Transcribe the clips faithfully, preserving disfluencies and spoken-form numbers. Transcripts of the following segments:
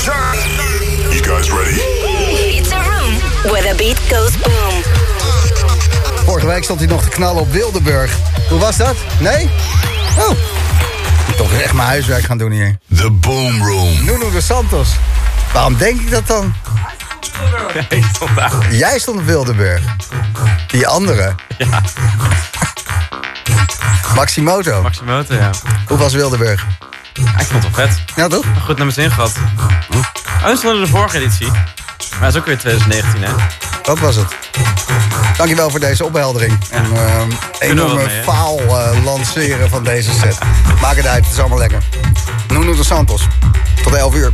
turn. You guys ready? It's a room where the beat goes boom. Vorige week stond hij nog te knallen op Wildeburg. Hoe was dat? Nee? Oh. Ik moet toch echt mijn huiswerk gaan doen hier. The Boom Room. Nuno de Santos. Waarom denk ik dat dan? Nee, stond daar. Jij stond op Wildeburg. Die andere. Ja. Maximoto. Maximoto, ja. Hoe was Wildeburg? Ja, ik vond het wel vet. Ja, toch? Goed naar mijn zin gehad. Oh, dat stond in de vorige editie. Maar dat is ook weer twintig negentien, hè? Dat was het. Dankjewel voor deze opheldering. Ja. Een uh, enorme mee, faal uh, lanceren van deze set. Maak het uit, het is allemaal lekker. Nuno de Santos. Tot elf uur.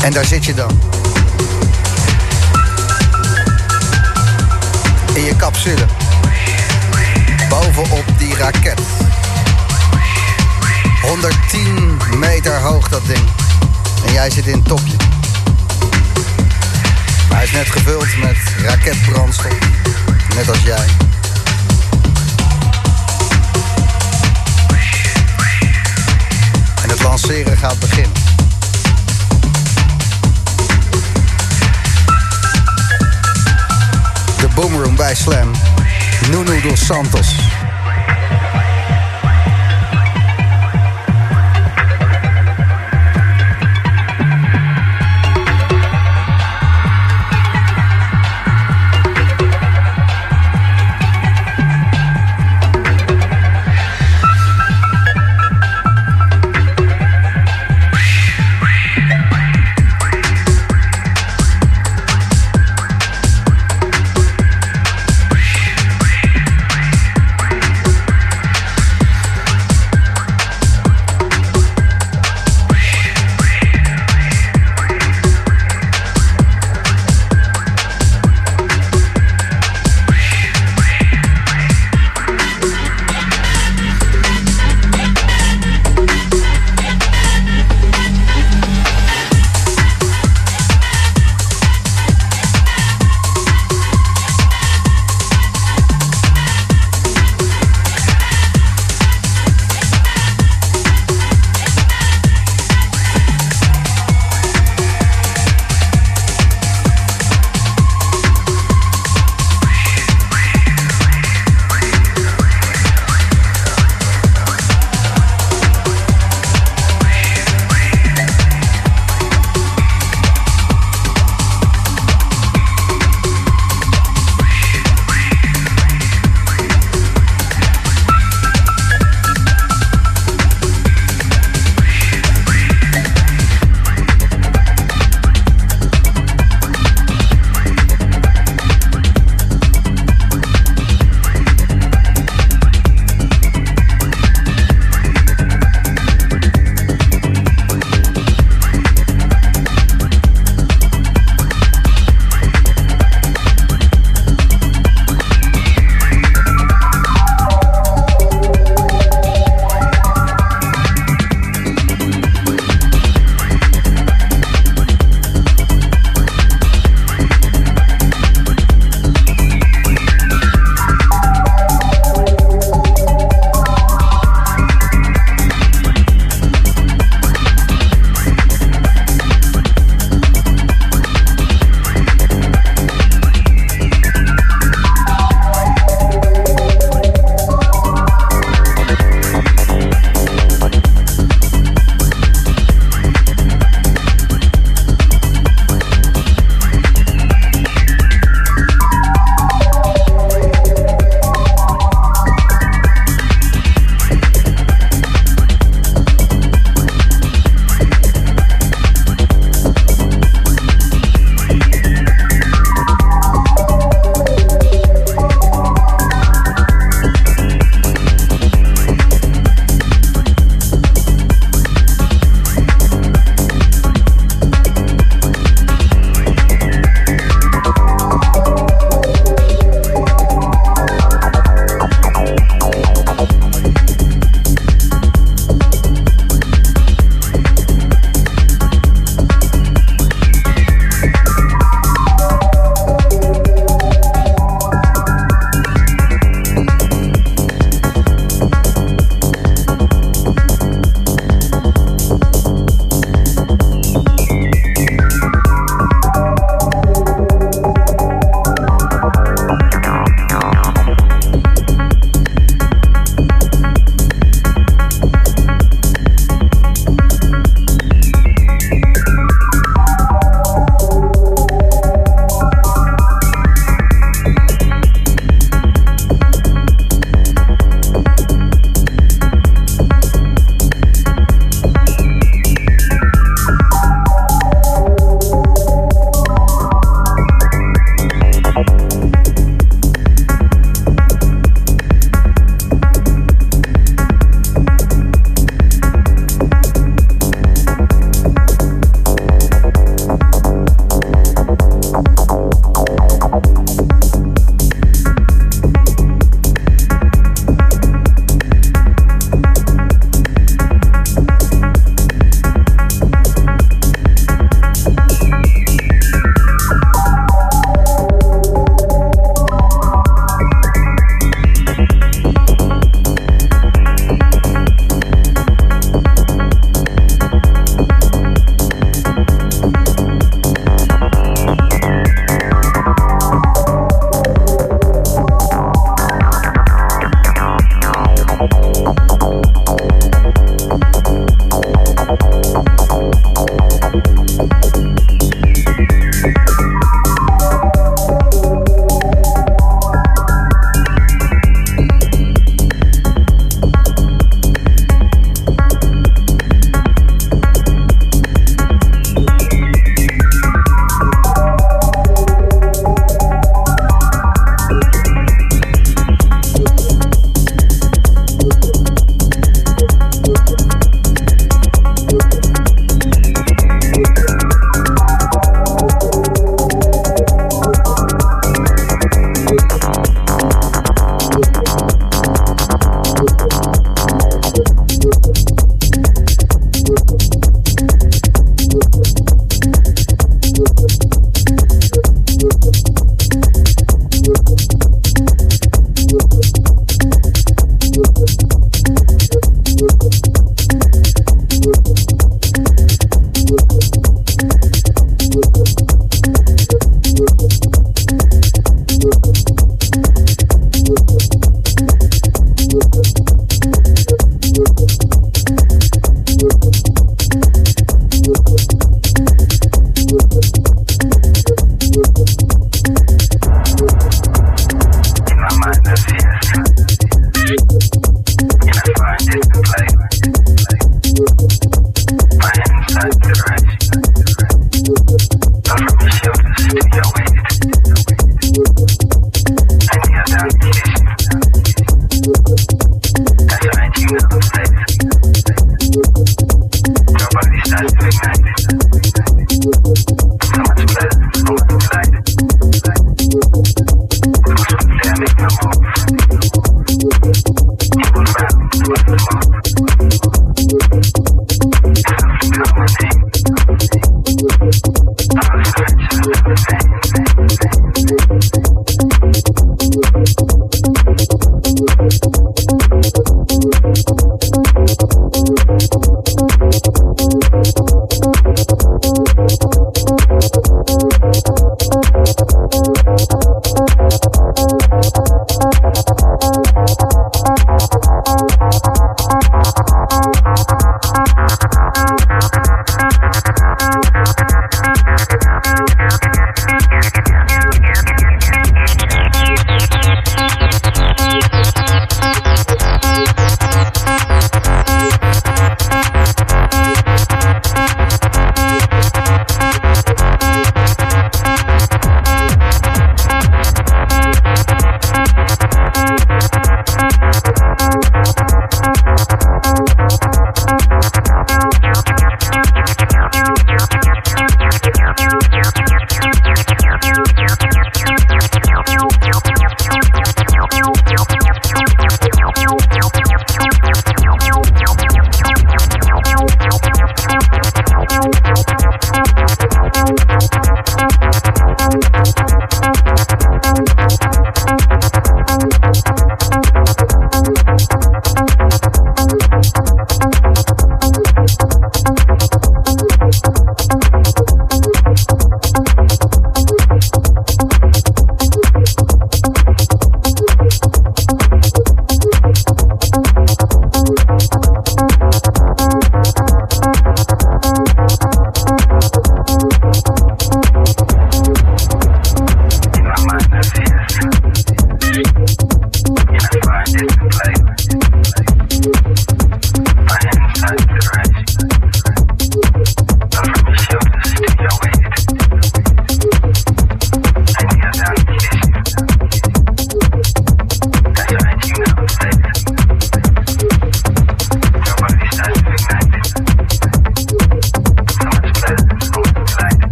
En daar zit je dan. In je capsule. Bovenop die raket. honderdtien meter hoog dat ding. En jij zit in het topje. Maar hij is net gevuld met raketbrandstof. Net als jij. En het lanceren gaat beginnen. De Boomroom bij Slam. Nuno dos Santos.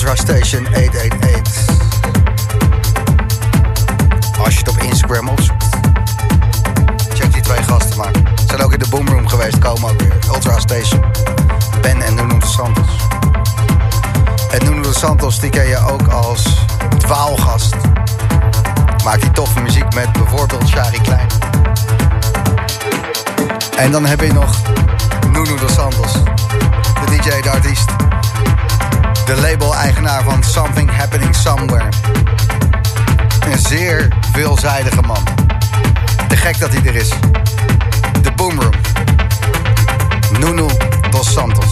Ultra Station acht acht acht. Als je het op Instagram opzoekt, check die twee gasten maar. Ze zijn ook in de Boomroom geweest, komen ook weer. Ultra Station. Ben en Nuno de Santos. En Nuno de Santos, die ken je ook als dwaalgast. Maakt die toffe muziek met bijvoorbeeld Shari Klein. En dan heb je nog Nuno de Santos, de D J, de artiest. De label-eigenaar van Something Happening Somewhere. Een zeer veelzijdige man. Te gek dat hij er is. De Boomroom. Nuno dos Santos.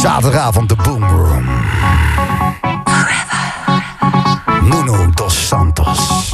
Zaterdagavond de Boom Room. Nuno dos Santos.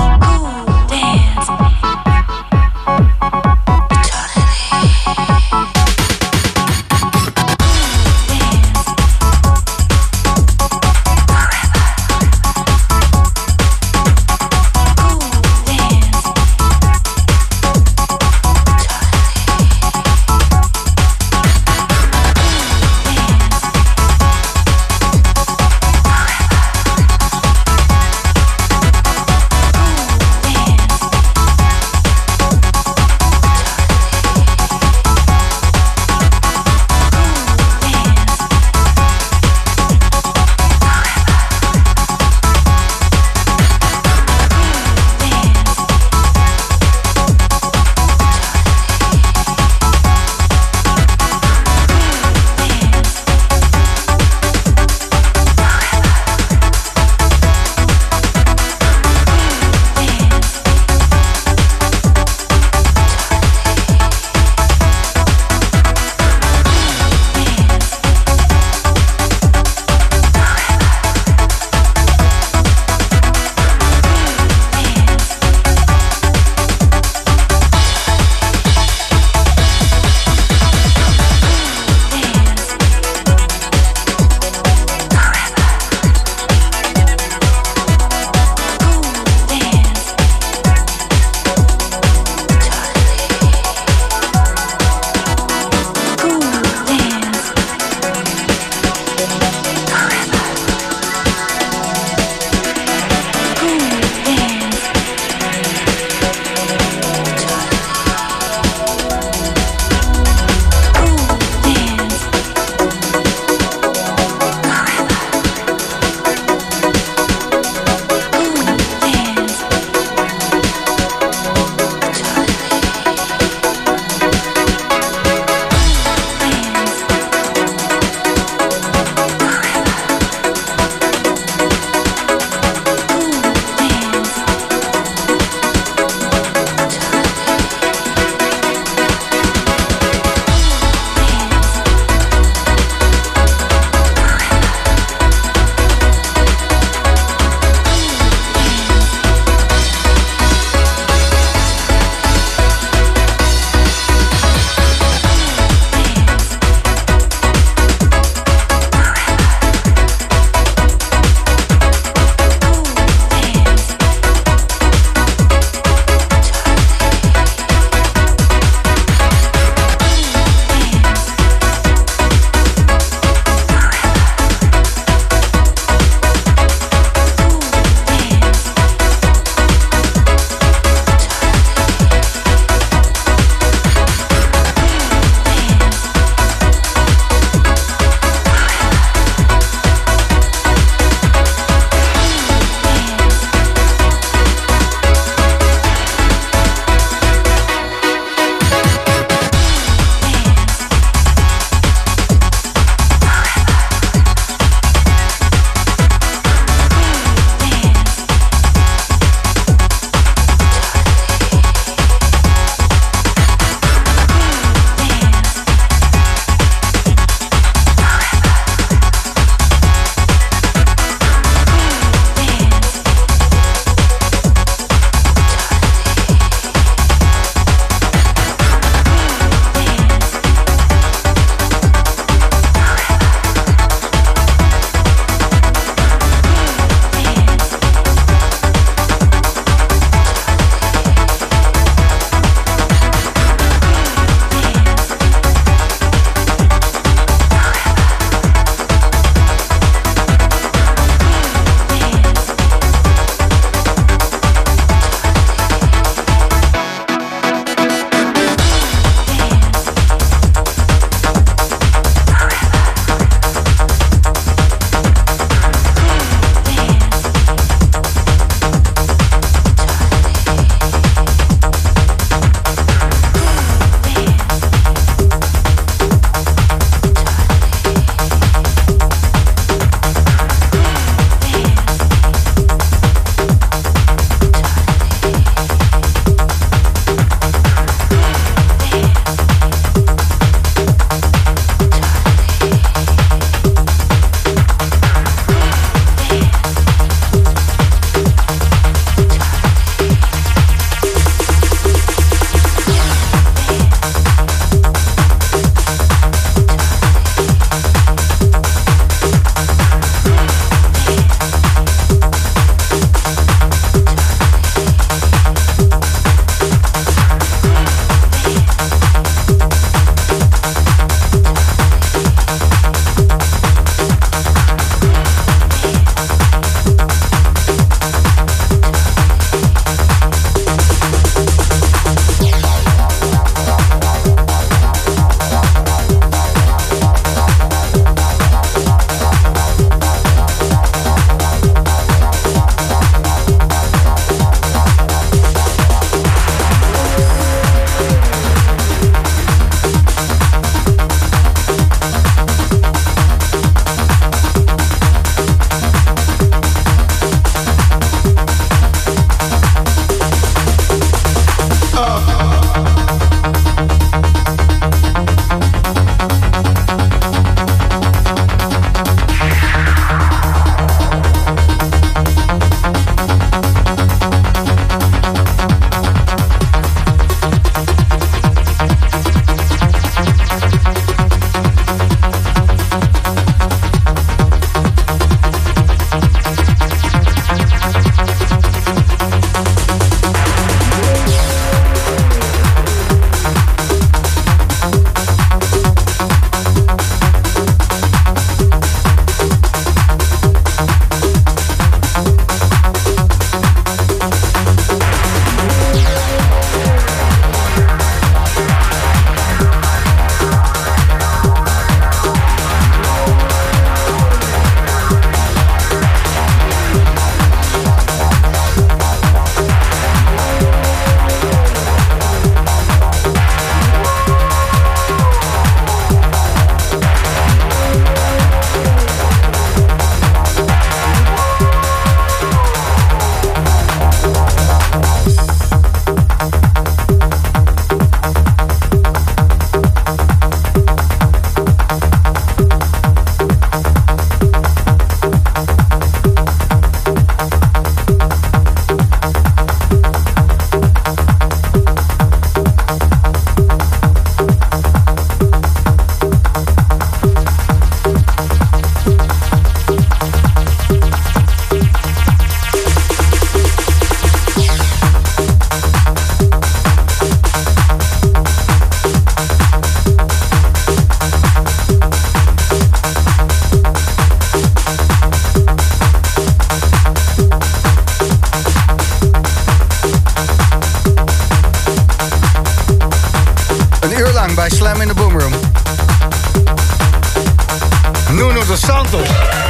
dos Santos.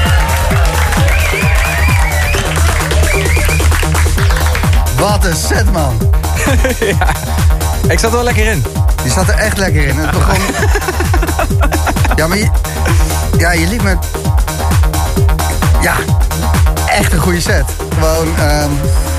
Wat een set, man. Ja, ik zat er wel lekker in. Je zat er echt lekker in. Het begon... Ja, maar je... Ja, je liep met... Ja, echt een goede set. Gewoon... Um...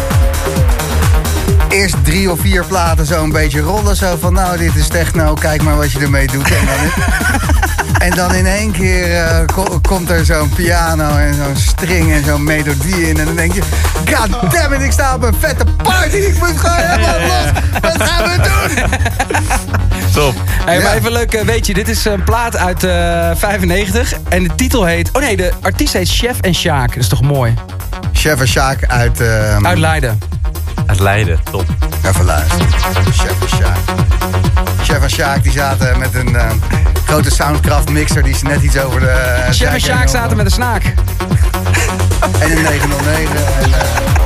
Eerst drie of vier platen zo een beetje rollen. Zo van, nou, dit is techno, kijk maar wat je ermee doet. En dan, en dan in één keer uh, ko- komt er zo'n piano en zo'n string en zo'n melodie in. En dan denk je, god damn it, ik sta op een vette party. Ik moet gewoon helemaal los. Wat gaan we doen? Top. Hey, maar Ja. even leuk, uh, weet je, dit is een plaat uit uh, vijfennegentig. En de titel heet... Oh nee, de artiest heet Chef en Sjaak. Dat is toch mooi? Chef en Sjaak uit... Uh, Uit Leiden. Het Leiden, top. Even luisteren. Chef en Sjaak. Chef en Sjaak die zaten met een uh, grote Soundcraft mixer die ze net iets over de... Uh, Chef en Sjaak zaten met een snaak. En een negen nul negen. En, uh,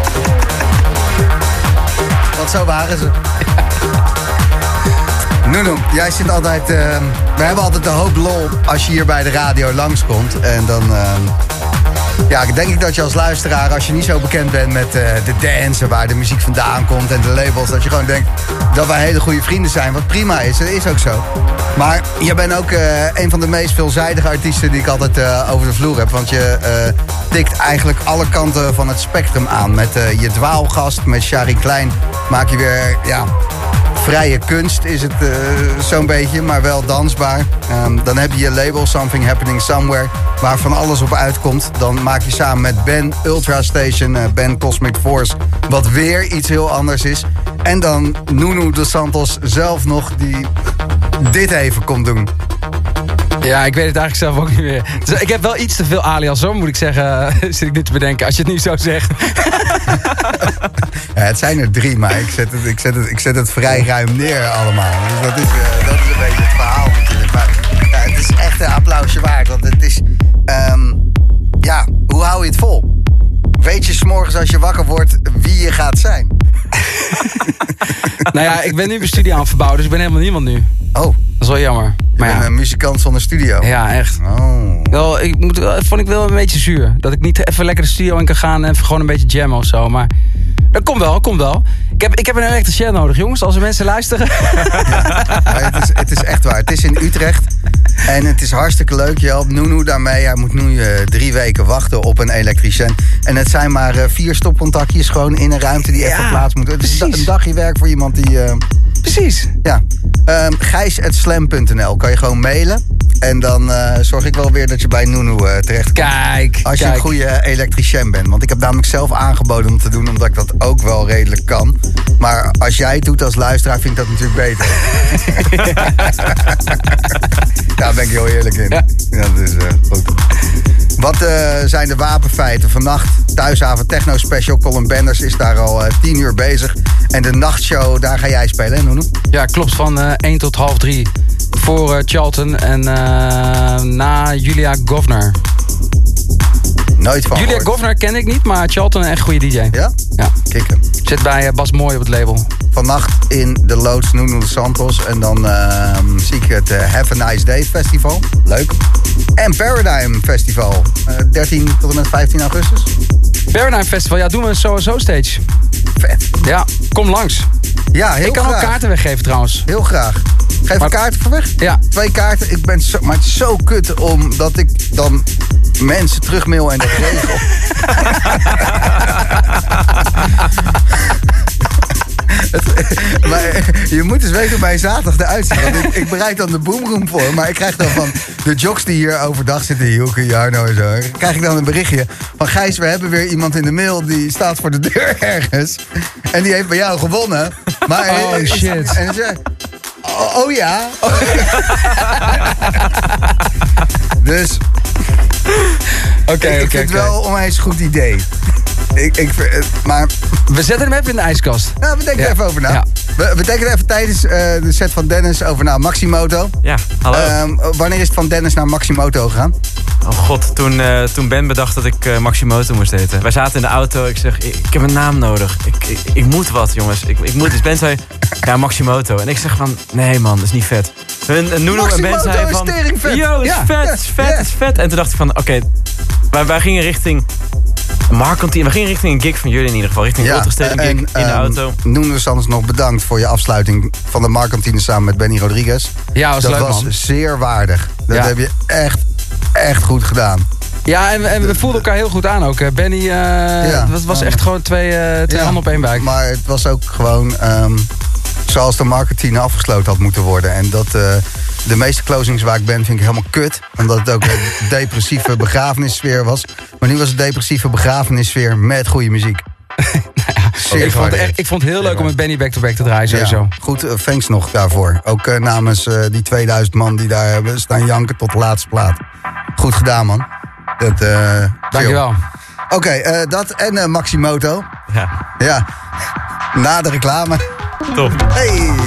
want zo waren ze. Nuno, jij zit altijd... Uh, we hebben altijd de hoop lol als je hier bij de radio langskomt. En dan... Uh, ja, denk ik dat je als luisteraar, als je niet zo bekend bent met uh, de dance... waar de muziek vandaan komt en de labels... dat je gewoon denkt dat wij hele goede vrienden zijn. Wat prima is, dat is ook zo. Maar je bent ook uh, een van de meest veelzijdige artiesten... die ik altijd uh, over de vloer heb. Want je uh, tikt eigenlijk alle kanten van het spectrum aan. Met uh, je dwaalgast, met Shari Klein... maak je weer... ja. Vrije kunst is het uh, zo'n beetje, maar wel dansbaar. Um, dan heb je je label Something Happening Somewhere, waar van alles op uitkomt. Dan maak je samen met Ben Ultra Station, uh, Ben Cosmic Force, wat weer iets heel anders is. En dan Nuno dos Santos zelf nog, die dit even komt doen. Ja, ik weet het eigenlijk zelf ook niet meer. Dus ik heb wel iets te veel alias, hoor, moet ik zeggen. Zit ik nu te bedenken, als je het nu zo zegt. Ja, het zijn er drie, maar ik zet het, ik zet het, ik zet het vrij ruim neer allemaal. Dus dat is, uh, dat is een beetje het verhaal natuurlijk. Maar ja, het is echt een applausje waard. Want het is... Um, ja, hoe hou je het vol? Weet je 's morgens als je wakker wordt wie je gaat zijn? Nou ja, ik ben nu mijn studie aan het verbouwen, dus ik ben helemaal niemand nu. Oh, Dat is wel jammer. je Maar bent ja, een muzikant zonder studio. ja, echt. Oh. Wel, ik moet, vond ik wel een beetje zuur. Dat ik niet even lekker de studio in kan gaan en even gewoon een beetje jammen of zo. Maar dat komt wel, komt wel. Ik heb, ik heb een elektricien nodig, jongens. Als er mensen luisteren. Maar het, is, het is echt waar. Het is in Utrecht. En het is hartstikke leuk. Je helpt Nuno daarmee. Hij moet nu uh, drie weken wachten op een elektricien. En het zijn maar uh, vier stopcontactjes gewoon in een ruimte die even Ja, plaats moet. Het is precies. een dagje werk voor iemand die... Uh, Precies. ja. Um, gijs at slam punt n l kan je gewoon mailen. En dan uh, zorg ik wel weer dat je bij Nuno uh, terecht komt. Kijk, Als je kijk. een goede elektricien bent. Want ik heb namelijk zelf aangeboden om te doen, omdat ik dat ook wel redelijk kan. Maar als jij het doet als luisteraar, vind ik dat natuurlijk beter. Daar ben ik heel eerlijk in. Ja. Ja, dat is uh, goed. Wat uh, zijn de wapenfeiten? Vannacht thuisavond techno special. Colin Benders is daar al uh, tien uur bezig. En de nachtshow, daar ga jij spelen, hè, Nuno? Ja, klopt. Van uh, één tot half drie. Voor uh, Charlton en uh, na Julia Govner. Nooit van Julia gehoord. Govner ken ik niet, maar Charlton een echt goede D J. Ja? Ja. Kikken. Zit bij uh, Bas Mooi op het label. Vannacht in de loods Nuno dos Santos. En dan uh, zie ik het uh, Have a Nice Day Festival. Leuk. En Paradigm Festival. Uh, dertien tot en met vijftien augustus. Paradigm Festival, ja, doen we sowieso stage. Vet. Ja, kom langs. Ja, heel ik kan graag. ook kaarten weggeven trouwens. Heel graag. Geef Maar- een kaart voor weg. Ja. Twee kaarten. Ik ben zo, maar het is zo kut omdat ik dan mensen terugmail en dat regel. Het, maar je moet eens weten hoe mijn zaterdag eruit ziet. Want ik, ik bereid dan de boomroom voor. Maar ik krijg dan van de jocks die hier overdag zitten, Hielke, Jarno en zo, krijg ik dan een berichtje van Gijs, we hebben weer iemand in de mail die staat voor de deur ergens. En die heeft bij jou gewonnen. Maar, Oh, shit. En dan zeg ik, oh, oh ja. Dus Oké, ik, ik vind het wel een onwijs goed idee. Ik, ik, maar We zetten hem even in de ijskast. nou, we denken Ja. er even over na. Ja. We, we denken er even tijdens uh, de set van Dennis over naar Maximoto. Ja, hallo. Um, wanneer is het van Dennis naar Maximoto gegaan? Oh god, toen, uh, toen Ben bedacht dat ik uh, Maximoto moest heten. Wij zaten in de auto, ik zeg, ik, ik heb een naam nodig. Ik, ik, ik moet wat, jongens. Ik, ik moet. Dus Ben zei, ja, Maximoto. En ik zeg van, nee man, dat is niet vet. Hun, uh, Nuno en Ben zeiden van, yo, is ja, vet, ja, is vet, ja. is vet. En toen dacht ik van, oké, okay, wij, wij gingen richting Markantine. We gingen richting een gig van jullie in ieder geval. Richting Ja, Ultra Stadium gig en, in de um, auto. Nuno Santos nog bedankt voor je afsluiting van de Markantine samen met Benny Rodriguez. Ja, was dat leuk, was man. zeer waardig. Dat Ja. heb je echt, echt goed gedaan. Ja, en, en we voelden elkaar heel goed aan ook. Benny, uh, Ja. het was echt gewoon twee, uh, twee Ja, handen op één buik. Maar het was ook gewoon um, zoals de Markantine afgesloten had moeten worden. En dat uh, de meeste closings waar ik ben vind ik helemaal kut. Omdat het ook een depressieve begrafenissfeer was. Maar nu was het depressieve begrafenissfeer met goede muziek. ik, vond het echt, ik vond het heel leuk om met Benny back-to-back te draaien, sowieso. Ja, goed, uh, thanks nog daarvoor. Ook uh, namens uh, die tweeduizend man die daar hebben staan janken tot de laatste plaat. Goed gedaan, man. Dat, uh, Dankjewel. Oké, okay, uh, dat en uh, Maximoto. Ja, Ja, na de reclame. top. Hey!